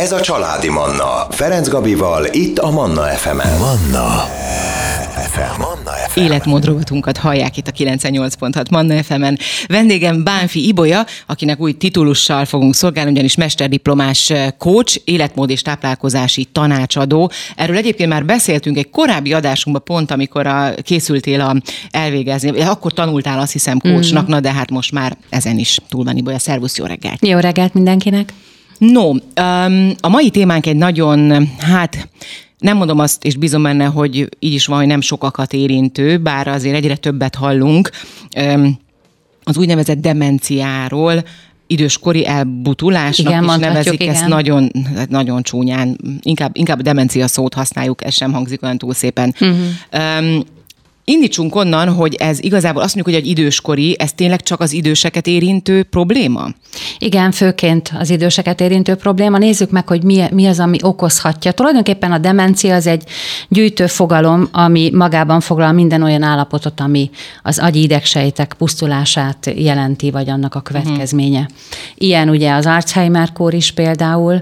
Ez a Családi Manna. Ferenc Gabival, itt a Manna FM-en. Manna FM. Életmód rovatunkat hallják itt a 98.6 Manna FM-en. Vendégem Bánfi Ibolya, akinek új titulussal fogunk szolgálni, ugyanis mesterdiplomás coach, életmód és táplálkozási tanácsadó. Erről egyébként már beszéltünk egy korábbi adásunkban pont, amikor készültél elvégezni. Akkor tanultál, azt hiszem, coachnak, na de hát most már ezen is túl van. Ibolya, szervusz, jó reggelt! Jó reggelt mindenkinek! No, a mai témánk egy nagyon, nem mondom azt, és bízom benne, hogy így is van, hogy nem sokakat érintő, bár azért egyre többet hallunk az úgynevezett demenciáról, időskori elbutulásnak igen, is nevezik, igen. Ezt nagyon csúnyán, inkább a demencia szót használjuk, ez sem hangzik olyan túl szépen. Indítsunk onnan, hogy ez igazából azt mondjuk, hogy egy időskori, ez tényleg csak az időseket érintő probléma? Igen, főként az időseket érintő probléma. Nézzük meg, hogy mi az, ami okozhatja. Tulajdonképpen a demencia az egy gyűjtő fogalom, ami magában foglal minden olyan állapotot, ami az agyi idegsejtek pusztulását jelenti, vagy annak a következménye. Ilyen ugye az Alzheimer-kór is például,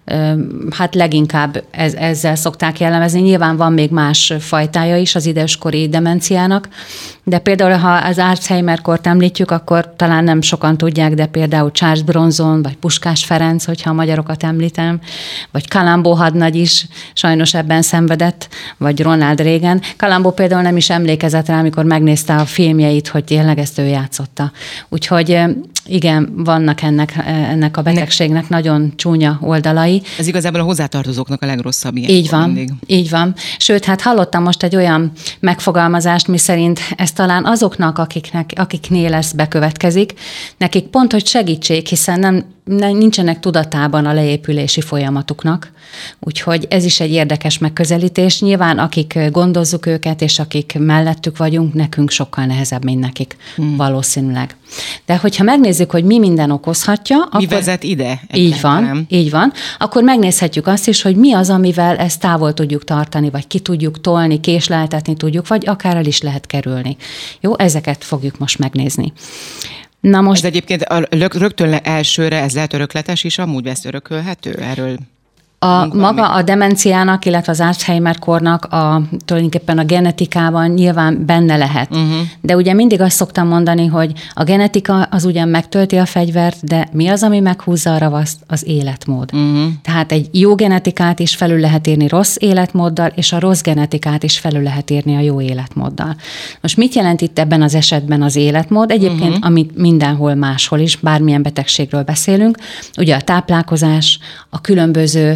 hát leginkább ezzel szokták jellemezni. Nyilván van még más fajtája is az időskori demenciának, de például, ha az Alzheimer-kort említjük, akkor talán nem sokan tudják, de például Charles Bronson, vagy Puskás Ferenc, hogyha a magyarokat említem, vagy Columbo hadnagy is sajnos ebben szenvedett, vagy Ronald Reagan. Columbo például nem is emlékezett rá, amikor megnézte a filmjeit, hogy tényleg ezt ő játszotta. Úgyhogy igen, vannak ennek a betegségnek nagyon csúnya oldalai. Ez igazából a hozzátartozóknak a legrosszabb ilyen. Így van. Sőt, hát hallottam most egy olyan megfogalmazást, miszerint ez talán azoknak, akiknél ez bekövetkezik, nekik pont, hogy segítség, hiszen nincsenek tudatában a leépülési folyamatuknak. Úgyhogy ez is egy érdekes megközelítés. Nyilván, akik gondozzuk őket, és akik mellettük vagyunk, nekünk sokkal nehezebb, mint nekik valószínűleg. De hogyha megnézzük, hogy mi minden okozhatja, mi vezet ide? Így van. Akkor megnézhetjük azt is, hogy mi az, amivel ezt távol tudjuk tartani, vagy ki tudjuk tolni, késleltetni tudjuk, vagy akár el is lehet kerülni. Jó, ezeket fogjuk most megnézni. Na most... Ez egyébként rögtön elsőre, ez lehet örökletes is, amúgy ez örökölhető? Erről maga a demenciának, illetve az Alzheimer-kornak tulajdonképpen a genetikában nyilván benne lehet. De ugye mindig azt szoktam mondani, hogy a genetika az ugyan megtölti a fegyvert, de mi az, ami meghúzza a ravaszt? Az életmód. Tehát egy jó genetikát is felül lehet írni rossz életmóddal, és a rossz genetikát is felül lehet írni a jó életmóddal. Most mit jelent itt ebben az esetben az életmód? Egyébként, amit mindenhol máshol is, bármilyen betegségről beszélünk, ugye a táplálkozás, a különböző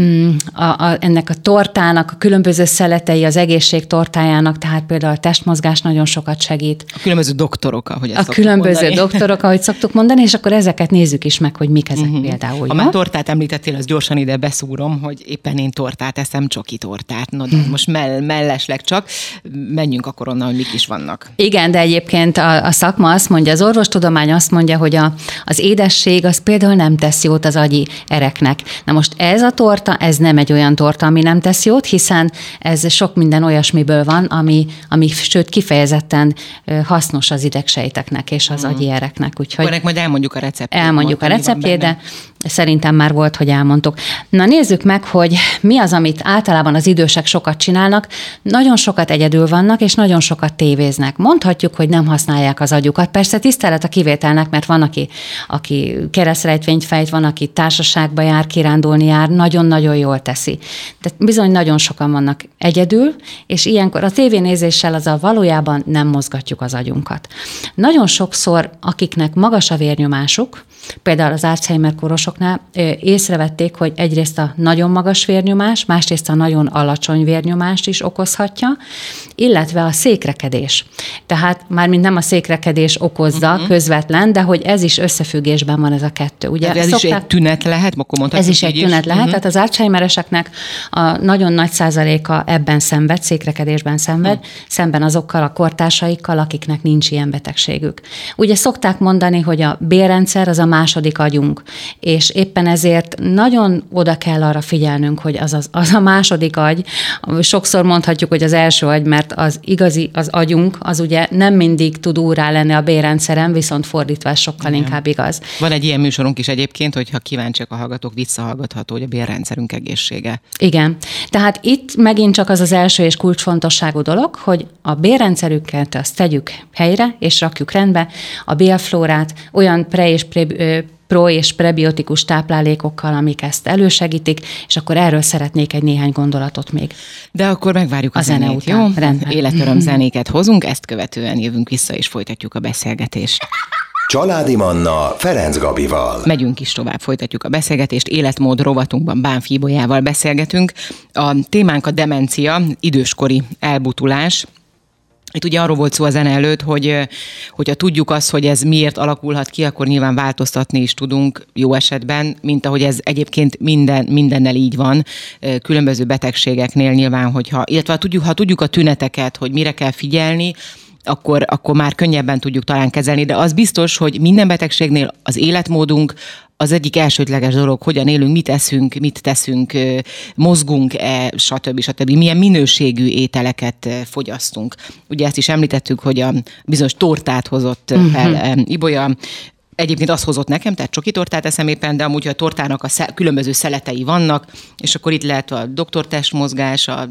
ennek a tortának, a különböző szeletei az egészség tortájának, tehát például a testmozgás nagyon sokat segít. A különböző doktorok, ahogy ezt doktorok, ahogy szoktuk mondani, és akkor ezeket nézzük is meg, hogy mik ezek például. Ha már tortát említettél, az gyorsan ide beszúrom, hogy éppen én tortát eszem, csoki tortát. No, de most mellesleg csak. Menjünk akkor onnan, hogy mik is vannak. Igen, de egyébként a szakma azt mondja, az orvostudomány azt mondja, hogy az édesség az például nem tesz jót az agyi ereknek. Na most ez a torta, ez nem egy olyan torta, ami nem tesz jót, hiszen ez sok minden olyasmiből van, ami sőt kifejezetten hasznos az idegsejteknek és az agyi ereknek. Úgyhogy ennek majd elmondjuk a receptjét. Elmondjuk a receptjét, de szerintem már volt, hogy elmondtuk. Na nézzük meg, hogy mi az, amit általában az idősek sokat csinálnak. Nagyon sokat egyedül vannak, és nagyon sokat tévéznek. Mondhatjuk, hogy nem használják az agyukat. Persze tisztelet a kivételnek, mert van, aki keresztrejtvényt fejt, van, aki társaságba jár, kirándulni jár, nagyon-nagyon jól teszi. De bizony nagyon sokan vannak egyedül, és ilyenkor a tévénézéssel azzal valójában nem mozgatjuk az agyunkat. Nagyon sokszor, akiknek magas a vérnyomásuk, például az Alzheimer-kórosoknál észrevették, hogy egyrészt a nagyon magas vérnyomás, másrészt a nagyon alacsony vérnyomást is okozhatja, illetve a székrekedés. Tehát mármint nem a székrekedés okozza közvetlen, de hogy ez is összefüggésben van ez a kettő. Ugye ez is egy tünet lehet? Ez is egy tünet lehet, tehát az Alzheimer-eseknek a nagyon nagy százaléka ebben szenved, székrekedésben szenved, szemben azokkal a kortársaikkal, akiknek nincs ilyen betegségük. Ugye szokták mondani, hogy a bélrendszer az a második agyunk, és éppen ezért nagyon oda kell arra figyelnünk, hogy az a második agy, sokszor mondhatjuk, hogy az első agy, mert az igazi, az agyunk, az ugye nem mindig tud úrrá lenni a bérrendszeren, viszont fordítva ez sokkal inkább igaz. Van egy ilyen műsorunk is egyébként, hogyha kíváncsiak a hallgatók, visszahallgatható, hogy a bérrendszerünk egészsége. Igen. Tehát itt megint csak az első és kulcsfontosságú dolog, hogy a bérrendszerünket azt tegyük helyre, és rakjuk rendbe, a bélflórát olyan pro- és prebiotikus táplálékokkal, amik ezt elősegítik, és akkor erről szeretnék egy néhány gondolatot még. De akkor megvárjuk a zenét, után. jó? Rendben. Életöröm zenéket hozunk, ezt követően jövünk vissza, és folytatjuk a beszélgetést. Családi Manna Ferenc Gabival. Megyünk is tovább, folytatjuk a beszélgetést. Életmód rovatunkban Bánffy Ibolyával beszélgetünk. A témánk a demencia, időskori elbutulás. Itt ugye arról volt szó a zene előtt, hogyha tudjuk azt, hogy ez miért alakulhat ki, akkor nyilván változtatni is tudunk jó esetben, mint ahogy ez egyébként mindennel így van. Különböző betegségeknél nyilván, illetve ha tudjuk a tüneteket, hogy mire kell figyelni, akkor már könnyebben tudjuk talán kezelni, de az biztos, hogy minden betegségnél az életmódunk az egyik elsődleges dolog, hogyan élünk, mit eszünk, mit teszünk, mozgunk-e, stb. Milyen minőségű ételeket fogyasztunk. Ugye ezt is említettük, hogy a bizonyos tortát hozott fel Ibolya. Egyébként azt hozott nekem, tehát csoki tortát eszem éppen, de amúgy a tortának különböző szeletei vannak, és akkor itt lehet a doktortestmozgás, a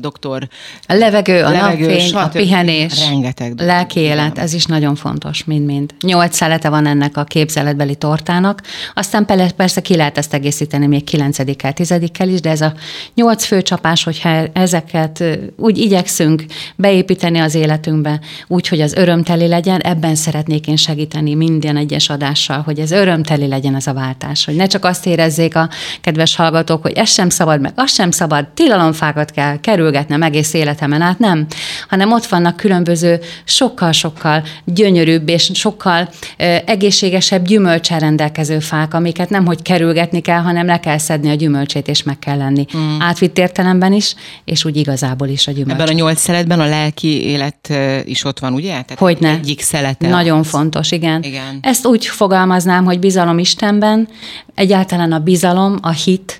levegő, napfény, a pihenés, rengeteg lelki élet, ez is nagyon fontos, mind-mind. 8 szelete van ennek a képzeletbeli tortának, aztán persze ki lehet ezt egészíteni még 9-kel, 10-kel is, de ez a 8 főcsapás, hogyha ezeket úgy igyekszünk beépíteni az életünkbe, úgy, hogy az örömteli legyen, ebben szeretnék én segíteni minden egyes adással, hogy ez örömteli legyen ez a váltás, hogy ne csak azt érezzék a kedves hallgatók, hogy ez sem szabad, meg az sem szabad, tilalomfákat kell kerülgetnem egész életemen át, nem, hanem ott vannak különböző sokkal-sokkal gyönyörűbb és sokkal egészségesebb gyümölcsel rendelkező fák, amiket nem hogy kerülgetni kell, hanem le kell szedni a gyümölcsét, és meg kell lenni. Átvitt értelemben is, és úgy igazából is a gyümölcs. Ebben a 8 szeletben a lelki élet is ott van, ugye? Tehát hogyne. Egyik szelete. Nagyon fontos, igen. Ezt úgy fogalmaznám, hogy bizalom Istenben, egyáltalán a bizalom, a hit,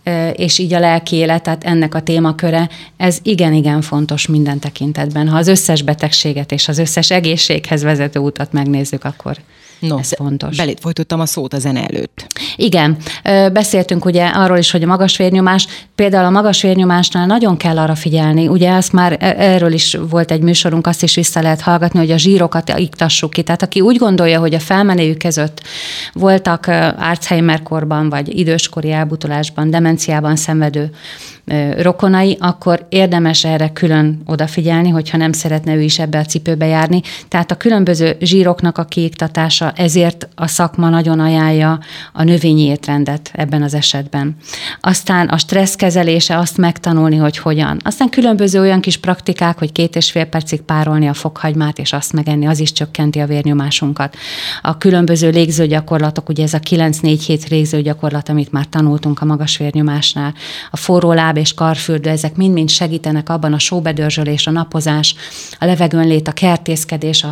és így a lelki élet, tehát ennek a témaköre, ez igen-igen fontos minden tekintetben. Ha az összes betegséget és az összes egészséghez vezető utat megnézzük, akkor ez fontos. Belét folytottam a szót a zene előtt. Igen. Beszéltünk ugye arról is, hogy a magas vérnyomás, például a magas vérnyomásnál nagyon kell arra figyelni. Ugye azt már erről is volt egy műsorunk, azt is vissza lehet hallgatni, hogy a zsírokat iktassuk ki. Tehát aki úgy gondolja, hogy a felmenőjük között voltak Alzheimer-korban, vagy időskori elbutulásban, demenciában szenvedő rokonai, akkor érdemes erre külön odafigyelni, hogyha nem szeretne ő is ebbe a cipőbe járni. Tehát a különböző zsíroknak a kiiktatása, ezért a szakma nagyon ajánlja a növényi étrendet ebben az esetben. Aztán a stressz kezelése, azt megtanulni, hogy hogyan. Aztán különböző olyan kis praktikák, hogy 2,5 percig párolni a fokhagymát, és azt megenni, az is csökkenti a vérnyomásunkat. A különböző légzőgyakorlatok, ugye ez a 9-4-7 légzőgyakorlat, amit már tanultunk a magas vérnyomásnál, a forró láb és karfürdő, ezek mind-mind segítenek abban, a sóbedörzsölés, a napozás, a levegőnlét, a kertészkedés,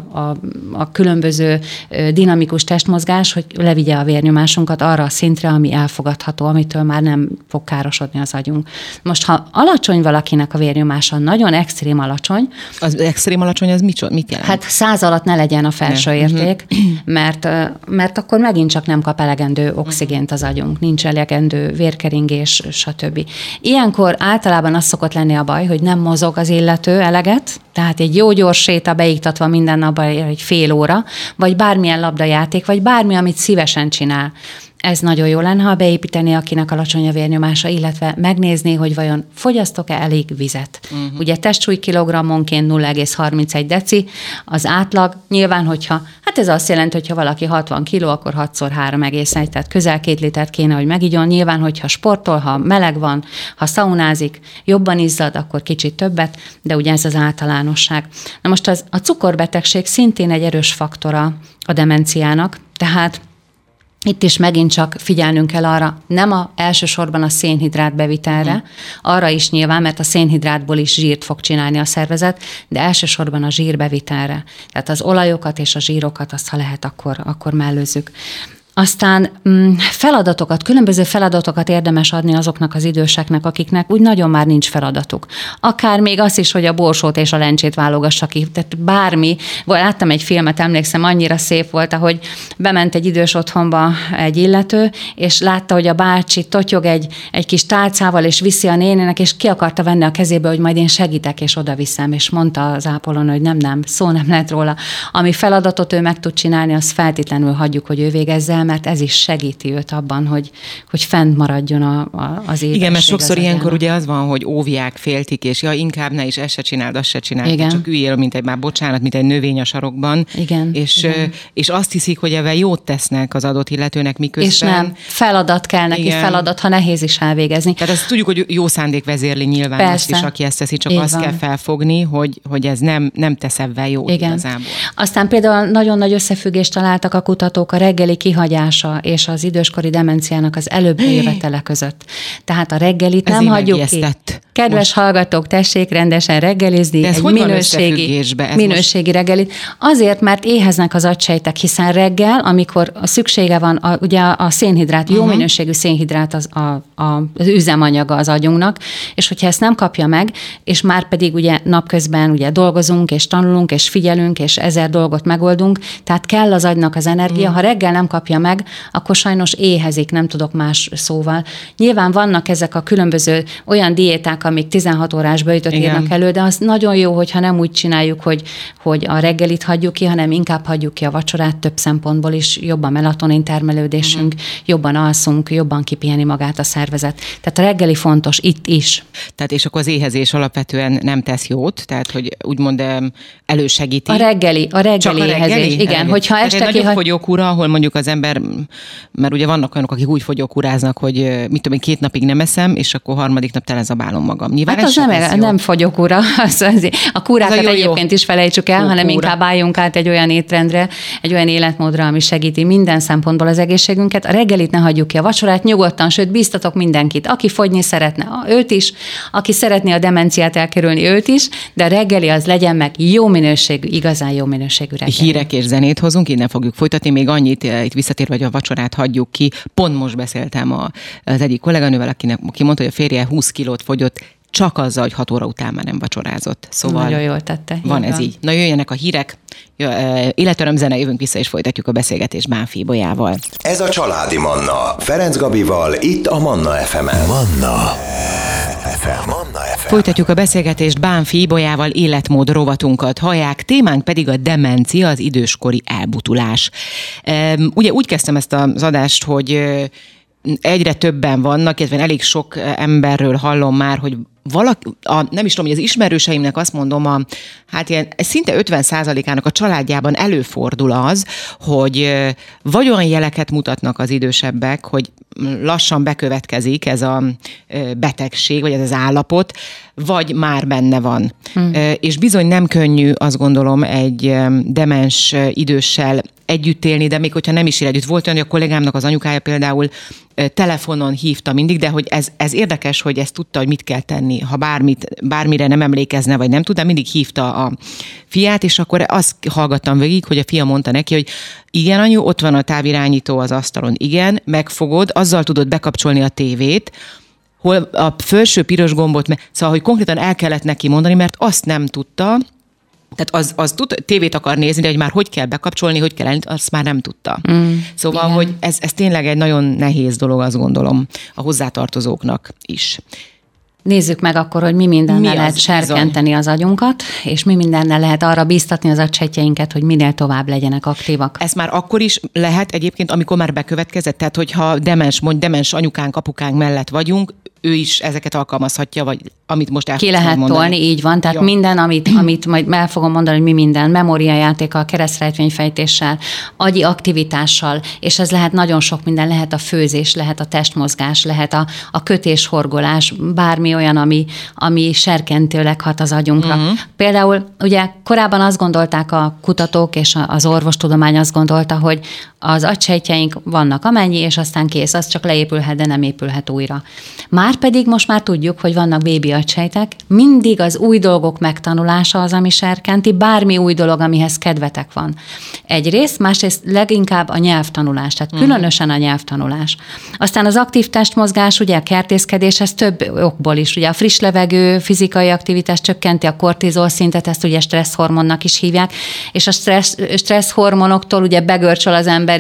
a különböző dinamikus testmozgás, hogy levigye a vérnyomásunkat arra a szintre, ami elfogadható, amitől már nem fog károsodni az agyunk. Most, ha alacsony valakinek a vérnyomása, nagyon extrém alacsony. Az extrém alacsony, az mit jelent? Hát 100 alatt ne legyen a felső érték, mert akkor megint csak nem kap elegendő oxigént az agyunk, nincs elegendő vérkeringés, stb. Ilyenkor általában az szokott lenni a baj, hogy nem mozog az illető eleget, tehát egy jó gyors séta beiktatva minden napban egy fél óra, vagy bármilyen labdajáték, vagy bármi, amit szívesen csinál. Ez nagyon jó lenne, ha beépíteni, akinek alacsony a vérnyomása, illetve megnézni, hogy vajon fogyasztok-e elég vizet. Ugye testsúly kilogrammonként 0,31 deci, az átlag nyilván, hát ez azt jelenti, hogyha valaki 60 kiló, akkor 6x3,1, tehát közel 2 litert kéne, hogy megigyon. Nyilván, hogyha sportol, ha meleg van, ha szaunázik, jobban izzad, akkor kicsit többet, de ugye ez az általánosság. Na most a cukorbetegség szintén egy erős faktora a demenciának, tehát itt is megint csak figyelnünk kell arra, nem elsősorban a szénhidrát bevitelre, arra is nyilván, mert a szénhidrátból is zsírt fog csinálni a szervezet, de elsősorban a zsírbevitelre. Tehát az olajokat és a zsírokat, azt ha lehet, akkor mellőzzük. Aztán különböző feladatokat érdemes adni azoknak az időseknek, akiknek úgy nagyon már nincs feladatuk. Akár még az is, hogy a borsót és a lencsét válogassa ki. Tehát bármi. Láttam egy filmet, emlékszem, annyira szép volt, ahogy bement egy idős otthonba egy illető, és látta, hogy a bácsi totyog egy kis tálcával, és viszi a nénének, és ki akarta venni a kezébe, hogy majd én segítek, és oda viszem. És mondta az ápolónő, hogy nem, szó nem lehet róla. Ami feladatot ő meg tud csinálni, azt feltétlenül hagyjuk, hogy ő végezze, mert ez is segíti őt abban, hogy fent maradjon az édesség. Igen, mert sokszor ilyenkor ugye az van, hogy óvják, féltik, és igen, ne is, ezt se csináld, azt se csináld, csak üljél, mint egy növény a sarokban. Igen. És azt hiszik, hogy ebben jót tesznek az adott illetőnek, miközben... És nem, feladat kell neki, feladat, ha nehéz is elvégezni. Tehát azt tudjuk, hogy jó szándék vezérli nyilván. Persze. Azt is, aki ezt teszi, csak így azt van. Kell felfogni, hogy ez nem tesz ebben jót igazából. Aztán például nagyon nagy összefüggést találtak a kutatók a reggeli kihagyása és az időskori demenciának az előbbre jövetele között. Tehát a reggelit nem hagyjuk ki. Kedves hallgatók, tessék rendesen reggelizni, egy minőségi reggelit. Azért, mert éheznek az agysejtek, hiszen reggel, amikor szüksége van, ugye a szénhidrát, jó minőségű szénhidrát az üzemanyaga az agyunknak, és hogyha ezt nem kapja meg, és már pedig ugye napközben ugye dolgozunk, és tanulunk, és figyelünk, és 1000 dolgot megoldunk, tehát kell az agynak az energia. Ha reggel nem kapja meg, akkor sajnos éhezik, nem tudok más szóval. Nyilván vannak ezek a különböző olyan diéták, amik 16 órás beütött írnak elő, de az nagyon jó, hogyha nem úgy csináljuk, hogy a reggelit hagyjuk ki, hanem inkább hagyjuk ki a vacsorát több szempontból is, jobb a melatonin termelődésünk, jobban alszunk, jobban kipiheni magát a szervezet. Tehát a reggeli fontos itt is. Tehát és akkor az éhezés alapvetően nem tesz jót, tehát hogy úgymond elősegíti. A reggeli éhezés. Igen, hogyha este egy nagyobb fogyókúra, ahol mondjuk az ember, mert ugye vannak olyanok, akik úgy fogyókúráznak, hogy mit tudom én, 2 napig nem eszem, és akkor harmadik nap telezabálom magam. Nyilván hát az nem fogyókúra. A kúrákat egyébként is felejtsük el, hanem inkább álljunk át egy olyan étrendre, egy olyan életmódra, ami segíti minden szempontból az egészségünket. A reggelit ne hagyjuk ki, a vacsorát nyugodtan, sőt, bíztatok mindenkit. Aki fogyni szeretne, őt is, aki szeretné a demenciát elkerülni, őt is, de a reggeli az legyen meg jó minőségű, igazán jó minőségű reggeli. Hírek és zenét hozunk, innen fogjuk folytatni. Még annyit itt visszatérve, hogy a vacsorát hagyjuk ki. Pont most beszéltem az egyik kolléganővel, aki mondta, hogy a férje 20 kilót fogyott, csak azzal, hogy 6 óra után már nem vacsorázott. Szóval nagyon jól tette. Van ez így. Na jöjjenek a hírek, életöröm zene, jövünk vissza és folytatjuk a beszélgetést Bánffy Ibolyával. Ez a Családi Manna. Ferenc Gabival, itt a Manna FM-en. Manna FM. Folytatjuk a beszélgetést Bánffy Ibolyával, életmód rovatunkat hallják, témánk pedig a demencia, az időskori elbutulás. Ugye úgy kezdtem ezt az adást, hogy egyre többen vannak, illetve elég sok emberről hallom már, hogy nem is tudom, hogy az ismerőseimnek azt mondom, ilyen szinte 50%-ának a családjában előfordul az, hogy vagy olyan jeleket mutatnak az idősebbek, hogy lassan bekövetkezik ez a betegség, vagy ez az állapot, vagy már benne van. És bizony nem könnyű, azt gondolom, egy demens időssel együtt élni, de még hogyha nem is él együtt. Volt olyan, hogy a kollégámnak az anyukája például telefonon hívta mindig, de hogy ez érdekes, hogy ezt tudta, hogy mit kell tenni, ha bármire nem emlékezne, vagy nem tud, de mindig hívta a fiát, és akkor azt hallgattam végig, hogy a fia mondta neki, hogy igen, anyu, ott van a távirányító az asztalon, igen, megfogod, azzal tudod bekapcsolni a tévét, hol a felső piros gombot, szóval, hogy konkrétan el kellett neki mondani, mert azt nem tudta. Tehát az tévét akar nézni, de hogy már hogy kell bekapcsolni, hogy kell elindítani, azt már nem tudta. Szóval, igen. Hogy ez tényleg egy nagyon nehéz dolog, azt gondolom, a hozzátartozóknak is. Nézzük meg akkor, hogy mi mindennel lehet serkenteni az agyunkat, és mi mindennel lehet arra bíztatni az agysejtjeinket, hogy minél tovább legyenek aktívak. Ez már akkor is lehet egyébként, amikor már bekövetkezett, tehát hogyha demens anyukánk, apukánk mellett vagyunk, ő is ezeket alkalmazhatja, vagy amit most el ki lehet mondani. Tolni, így van. Tehát minden, amit majd el fogom mondani, hogy mi minden, memóriajátékkal, keresztrejtvényfejtéssel, agyi aktivitással, és ez lehet nagyon sok minden, lehet a főzés, lehet a testmozgás, lehet a kötéshorgolás, bármi olyan, ami serkentőleg hat az agyunkra. Például ugye korábban azt gondolták a kutatók, és az orvostudomány azt gondolta, hogy az agysejtjeink vannak amennyi, és aztán kész, az csak leépülhet, de nem épülhet újra. Márpedig most már tudjuk, hogy vannak bébi agysejtek. Mindig az új dolgok megtanulása az, ami serkenti, bármi új dolog, amihez kedvetek van. Egyrészt, másrészt leginkább a nyelvtanulás, tehát különösen a nyelvtanulás. Aztán az aktív testmozgás, ugye a kertészkedés, ez több okból is. Ugye a friss levegő, fizikai aktivitás csökkenti a kortizol szintet, ezt ugye stresszhormonnak is hívják, és a stresszhormonoktól ugye begörcsöl az ember,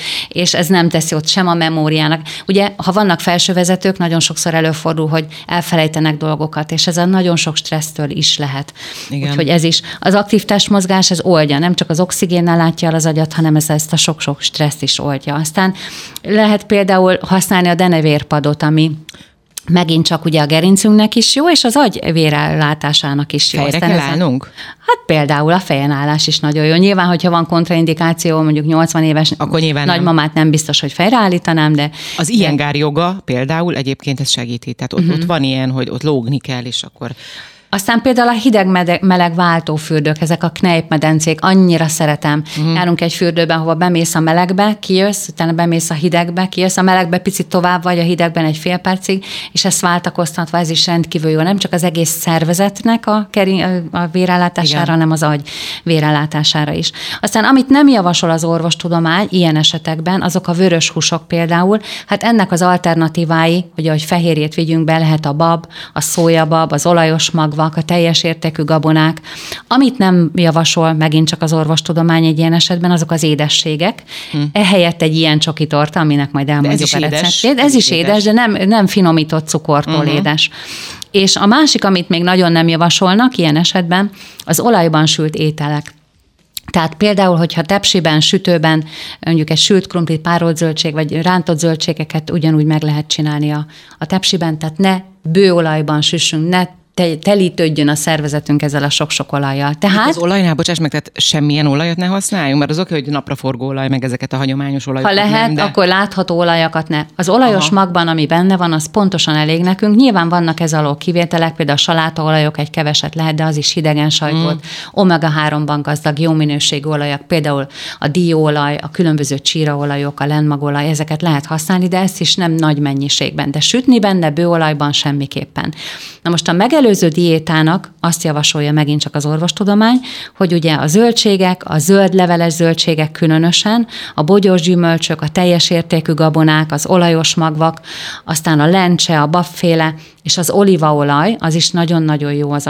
és ez nem teszi ott sem a memóriának. Ugye, ha vannak felsővezetők, nagyon sokszor előfordul, hogy elfelejtenek dolgokat, és ez a nagyon sok stressztől is lehet. Igen. Úgyhogy ez is. Az aktív testmozgás, ez oldja, nem csak az oxigénnel látja el az agyat, hanem ezt a sok-sok stresszt is oldja. Aztán lehet például használni a denevérpadot, ami megint csak ugye a gerincünknek is jó, és az agy vérellátásának is jó. Fejre kell állnunk? Hát például a fejen állás is nagyon jó. Nyilván, hogyha van kontraindikáció, mondjuk 80 éves nagymamát nem biztos, hogy fejre állítanám, de... Az Iyengar joga például egyébként ez segíti. Tehát ott van ilyen, hogy ott lógni kell, és akkor... Aztán például a hideg-meleg váltófürdők, ezek a kneippmedencék, annyira szeretem. Járunk egy fürdőben, hova bemész a melegbe, kijössz, utána bemész a hidegbe, kijössz, a melegbe picit tovább vagy, a hidegben egy fél percig, és ezt váltakoztatva, ez is rendkívül jó. Nem csak az egész szervezetnek a vérellátására, hanem az agy vérellátására is. Aztán amit nem javasol az orvostudomány ilyen esetekben, azok a vörös húsok például, hát ennek az alternatívái, ugye, hogy fehérjét vigyünk be, lehet a bab, a szójabab, az olajos magva, a teljes értékű gabonák. Amit nem javasol megint csak az orvostudomány egy ilyen esetben, azok az édességek. Ehelyett egy ilyen csoki torta, aminek majd elmondjuk a receptjét. Ez is édes, de nem finomított cukortól édes. És a másik, amit még nagyon nem javasolnak ilyen esetben, az olajban sült ételek. Tehát például, hogyha tepsiben, sütőben mondjuk egy sült krumplit, párolt zöldség, vagy rántott zöldségeket ugyanúgy meg lehet csinálni a tepsiben, tehát ne bőolajban süssünk, ne telítődjön a szervezetünk ezzel a sok-sok olajjal. Tehát az olajnál, bocsáss meg, tehát semmilyen olajat ne használjunk, mert az oké, hogy napraforgó olaj, meg ezeket a hagyományos olajokat. Ha lehet, nem, akkor látható olajakat ne. Az olajos magban, ami benne van, az pontosan elég nekünk. Nyilván vannak ez alól kivételek, például a salátaolajok egy keveset lehet, de az is hidegen sajtolt, omega-3-ban gazdag, jó minőségű olajak, például a dióolaj, a különböző csíraolajok, a lenmagolaj, ezeket lehet használni, de ezt is nem nagy mennyiségben. De sütni benne bőolajban semmiképpen. Na most a megelőző diétának azt javasolja megint csak az orvostudomány, hogy ugye a zöldségek, a zöld leveles zöldségek különösen, a bogyós gyümölcsök, a teljes értékű gabonák, az olajos magvak, aztán a lencse, a babféle, és az olívaolaj, az is nagyon-nagyon jó az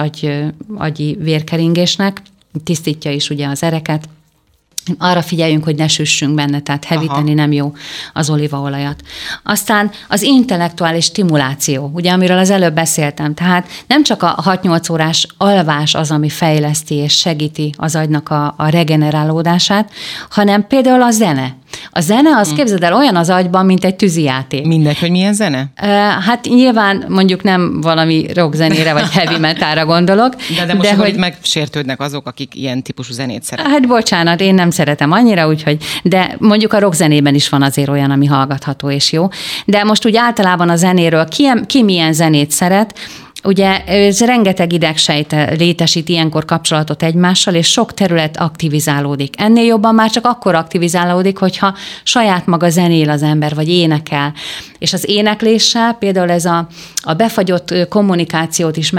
agyi vérkeringésnek, tisztítja is ugye az ereket. Arra figyeljünk, hogy ne süssünk benne, tehát hevíteni nem jó az olívaolajat. Aztán az intellektuális stimuláció, ugye, amiről az előbb beszéltem, tehát nem csak a 6-8 órás alvás az, ami fejleszti és segíti az agynak a regenerálódását, hanem például a zene. A zene, az képzeld el, olyan az agyban, mint egy tűzijáték. Mindegy, hogy milyen zene? Hát nyilván mondjuk nem valami rockzenére vagy heavy metalra gondolok. De most hogy megsértődnek azok, akik ilyen típusú zenét szeretnek. Hát bocsánat, én nem szeretem annyira, úgyhogy, de mondjuk a rockzenében is van azért olyan, ami hallgatható és jó. De most úgy általában a zenéről, ki milyen zenét szeret, ugye ez rengeteg idegsejt létesít ilyenkor kapcsolatot egymással, és sok terület aktivizálódik. Ennél jobban már csak akkor aktivizálódik, hogyha saját maga zenél az ember, vagy énekel. És az énekléssel például ez a befagyott kommunikációt is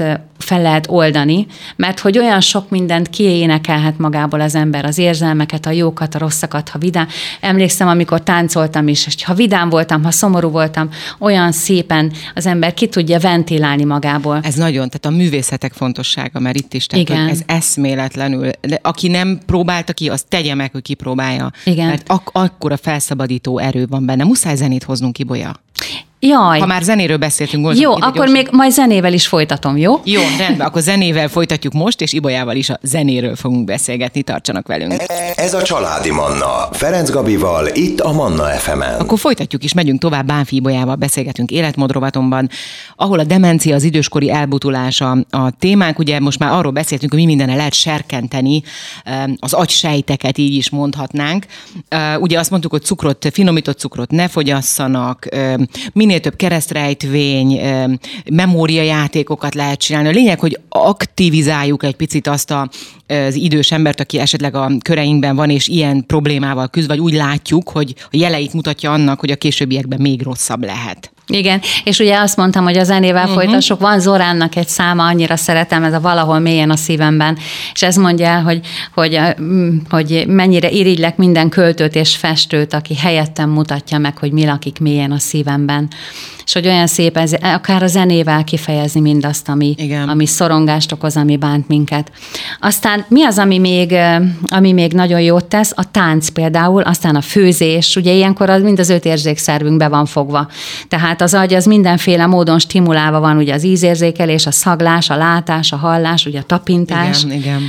fel lehet oldani, mert hogy olyan sok mindent kiénekelhet magából az ember, az érzelmeket, a jókat, a rosszakat, ha vidám. Emlékszem, amikor táncoltam is, és ha vidám voltam, ha szomorú voltam, olyan szépen az ember ki tudja ventilálni magából. Ez nagyon, tehát a művészetek fontossága, mert itt is, tehát ez eszméletlenül. De aki nem próbálta ki, az tegye meg, hogy kipróbálja. Igen. Mert akkora felszabadító erő van benne. Muszáj zenét hoznunk, Ibolya. Jaj. Ha már zenéről beszéltünk. Jó, akkor még majd zenével is folytatom, jó? Jó, rendben, akkor zenével folytatjuk most, és Ibolyával is a zenéről fogunk beszélgetni, tartsanak velünk. Ez a Családi Manna, Ferenc Gabival, itt a Manna FM-en. Akkor folytatjuk is, megyünk tovább, Bánfi Ibolyával beszélgetünk Életmód rovatomban, ahol a demencia, az időskori elbutulás a témánk. Ugye most már arról beszéltünk, hogy mi mindennel lehet serkenteni az agysejteket, így is mondhatnánk. Ugye azt mondtuk, hogy finomított cukrot ne fogyasszanak, minél több keresztrejtvény, memóriajátékokat lehet csinálni. A lényeg, hogy aktivizáljuk egy picit azt az idős embert, aki esetleg a köreinkben van, és ilyen problémával küzd, vagy úgy látjuk, hogy a jeleit mutatja annak, hogy a későbbiekben még rosszabb lehet. Igen, és ugye azt mondtam, hogy a zenével folytassuk, van Zoránnak egy száma, annyira szeretem, ez a Valahol mélyen a szívemben, és ez mondja el, hogy mennyire irigylek minden költőt és festőt, aki helyettem mutatja meg, hogy mi lakik mélyen a szívemben. És hogy olyan szép ez, akár a zenével kifejezni mindazt, ami szorongást okoz, ami bánt minket. Aztán mi az, ami még nagyon jót tesz? A tánc például, aztán a főzés, ugye ilyenkor mind az 5 érzékszervünk be van fogva. Tehát az agy az mindenféle módon stimulálva van, ugye az ízérzékelés, a szaglás, a látás, a hallás, ugye a tapintás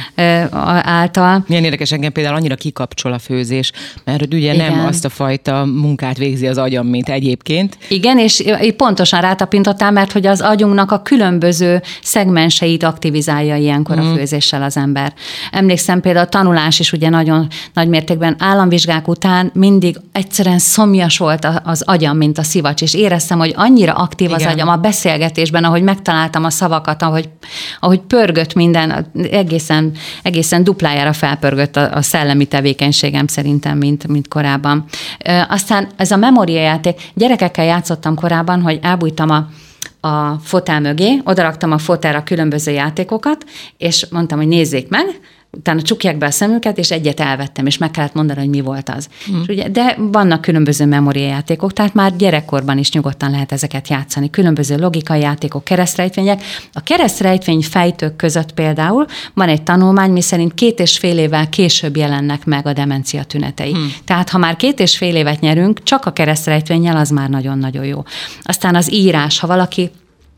által. Milyen érdekes, engem például annyira kikapcsol a főzés, mert ugye nem azt a fajta munkát végzi az agyam, mint egyébként. Igen, és pontosan rátapintottál, mert hogy az agyunknak a különböző szegmenseit aktivizálja ilyenkor a főzéssel az ember. Emlékszem például a tanulás is ugye nagyon nagy mértékben államvizsgák után mindig egyszerűen szomjas volt az agyam, mint a szivacs, és éreztem, hogy annyira aktív az agyam a beszélgetésben, ahogy megtaláltam a szavakat, ahogy pörgött minden, egészen duplájára felpörgött a szellemi tevékenységem szerintem, mint korábban. Aztán ez a memóriajáték, gyerekekkel játszottam korábban, hogy elbújtam a fotel mögé, odaraktam a fotelra különböző játékokat, és mondtam, hogy nézzék meg, utána csukják be a szemüket, és egyet elvettem, és meg kellett mondani, hogy mi volt az. És ugye, de vannak különböző memóriajátékok, tehát már gyerekkorban is nyugodtan lehet ezeket játszani. Különböző logikai játékok, keresztrejtvények. A keresztrejtvény fejtők között például van egy tanulmány, miszerint 2,5 évvel később jelennek meg a demencia tünetei. Tehát ha már 2,5 évet nyerünk, csak a keresztrejtvénnyel az már nagyon-nagyon jó. Aztán az írás, ha valaki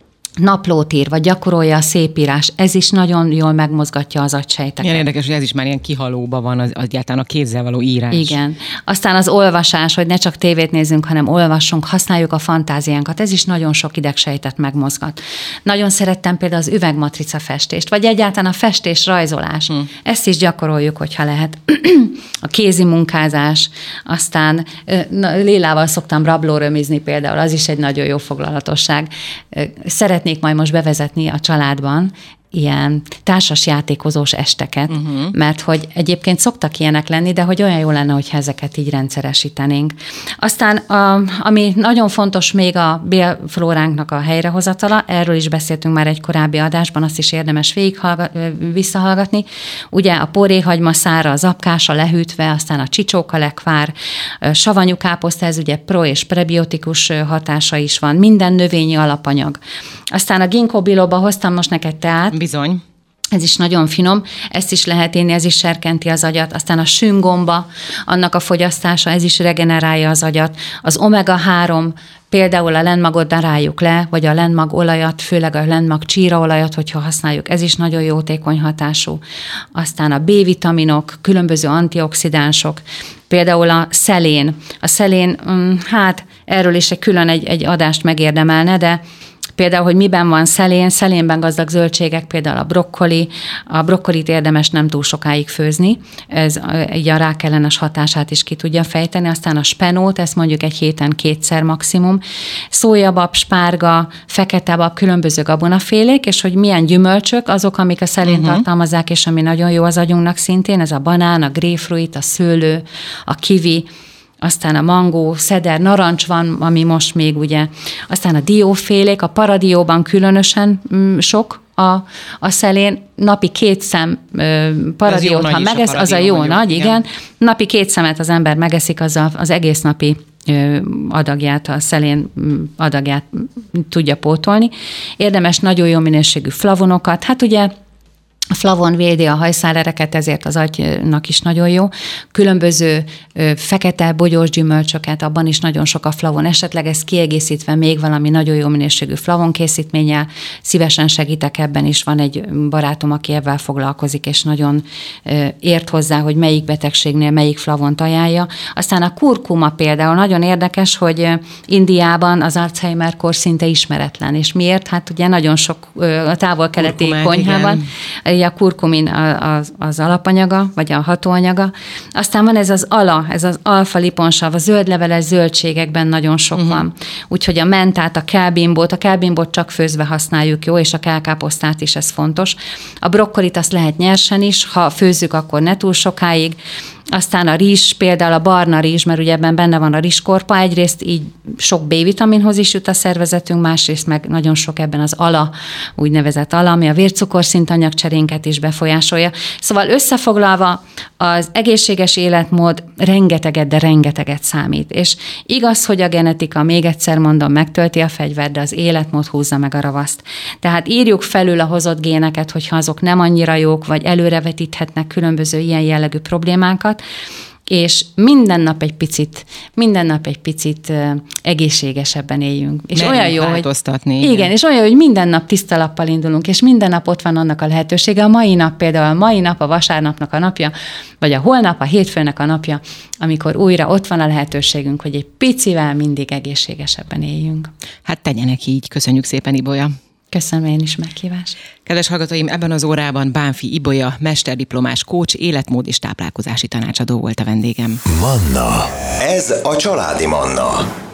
naplót ír, vagy gyakorolja a szépírás, ez is nagyon jól megmozgatja az agysejteket. Ilyen érdekes, hogy ez is már ilyen kihalóban van, az egyáltalán a kézzel való írás. Igen. Aztán az olvasás, hogy ne csak tévét nézzünk, hanem olvassunk, használjuk a fantáziánkat, ez is nagyon sok idegsejtet megmozgat. Nagyon szerettem például az üvegmatrica festést, vagy egyáltalán a festés, rajzolás. Ezt is gyakoroljuk, hogyha lehet. A kézi munkázás, aztán lélával szoktam rablórömizni például, az is egy nagyon jó foglalatosság. Szeretnék majd most bevezetni a családban ilyen társas játékozós esteket, mert hogy egyébként szoktak ilyenek lenni, de hogy olyan jó lenne, hogyha ezeket így rendszeresítenénk. Aztán, ami nagyon fontos még a bélflóránknak a helyrehozatala, erről is beszéltünk már egy korábbi adásban, azt is érdemes visszahallgatni. Ugye a porréhagyma szára, a zapkása lehűtve, aztán a csicsóka lekvár, savanyú káposzta, ez ugye pro- és prebiotikus hatása is van, minden növényi alapanyag. Aztán a ginkgo biloba hoztam most neked teát. Bizony. Ez is nagyon finom, ezt is lehet inni, ez is serkenti az agyat. Aztán a sümgomba, annak a fogyasztása, ez is regenerálja az agyat. Az omega-3, például a lenmagot daráljuk le, vagy a lenmag olajat, főleg a lenmag csíraolajat, hogyha használjuk, ez is nagyon jótékony hatású. Aztán a B-vitaminok, különböző antioxidánsok, például a szelén. A szelén, hát erről is külön egy adást megérdemelne, de például, hogy miben van szelén, szelénben gazdag zöldségek, például a brokkolit érdemes nem túl sokáig főzni, ez így a rákellenes hatását is ki tudja fejteni, aztán a spenót, ezt mondjuk egy héten 2-szer maximum, szójabab, spárga, feketebab, különböző gabonafélék, és hogy milyen gyümölcsök, azok, amik a szelént tartalmazzák, és ami nagyon jó az agyunknak szintén, ez a banán, a grapefruit, a szőlő, a kiwi, aztán a mangó, szeder, narancs van, ami most még ugye, aztán a diófélék, a paradióban különösen sok a szelén, napi 2 szem paradiót, ha megesz, az a jó nagy, igen. Napi 2 szemet az ember megeszik, az egész napi adagját, a szelén adagját tudja pótolni. Érdemes nagyon jó minőségű flavonokat, hát ugye a flavon védi a hajszállereket, ezért az agynak is nagyon jó. Különböző fekete bogyós gyümölcsöket, abban is nagyon sok a flavon. Esetleg ezt kiegészítve még valami nagyon jó minőségű flavon készítménnyel, szívesen segítek ebben is. Van egy barátom, aki ebben foglalkozik, és nagyon ért hozzá, hogy melyik betegségnél melyik flavont ajánlja. Aztán a kurkuma például nagyon érdekes, hogy Indiában az Alzheimer-kor szinte ismeretlen. És miért? Hát ugye nagyon sok a távol-keleti konyhában, a kurkumin az alapanyaga, vagy a hatóanyaga. Aztán van ez az alfa-liponsav, a zöldleveles zöldségekben nagyon sok van. Úgyhogy a mentát, a kelbimbót csak főzve használjuk, jó, és a kelkáposztát is, ez fontos. A brokkolit azt lehet nyersen is, ha főzzük, akkor ne túl sokáig. Aztán a rizs, például a barna rizs, mert ugye ebben benne van a rizskorpa, egyrészt így sok B-vitaminhoz is jut a szervezetünk, másrészt meg nagyon sok ebben az ALA, úgynevezett ALA, ami a vércukorszint anyagcserénket is befolyásolja. Szóval összefoglalva, az egészséges életmód rengeteget, de rengeteget számít. És igaz, hogy a genetika, még egyszer mondom, megtölti a fegyvert, de az életmód húzza meg a ravaszt. Tehát írjuk felül a hozott géneket, hogyha azok nem annyira jók, vagy előrevetíthetnek különböző ilyen jellegű problémákat, és minden nap egy picit egészségesebben éljünk. És olyan jó, változtatni. Igen, és olyan, hogy minden nap tiszta lappal indulunk, és minden nap ott van annak a lehetősége. A mai nap például, a mai nap a vasárnapnak a napja, vagy a holnap a hétfőnek a napja, amikor újra ott van a lehetőségünk, hogy egy picivel mindig egészségesebben éljünk. Hát tegyenek így. Köszönjük szépen, Ibolya. Köszönöm én is meghívást. Kedves hallgatóim, ebben az órában Bánffy Ibolya, mesterdiplomás coach, életmód és táplálkozási tanácsadó volt a vendégem. Manna. Ez a Családi Manna.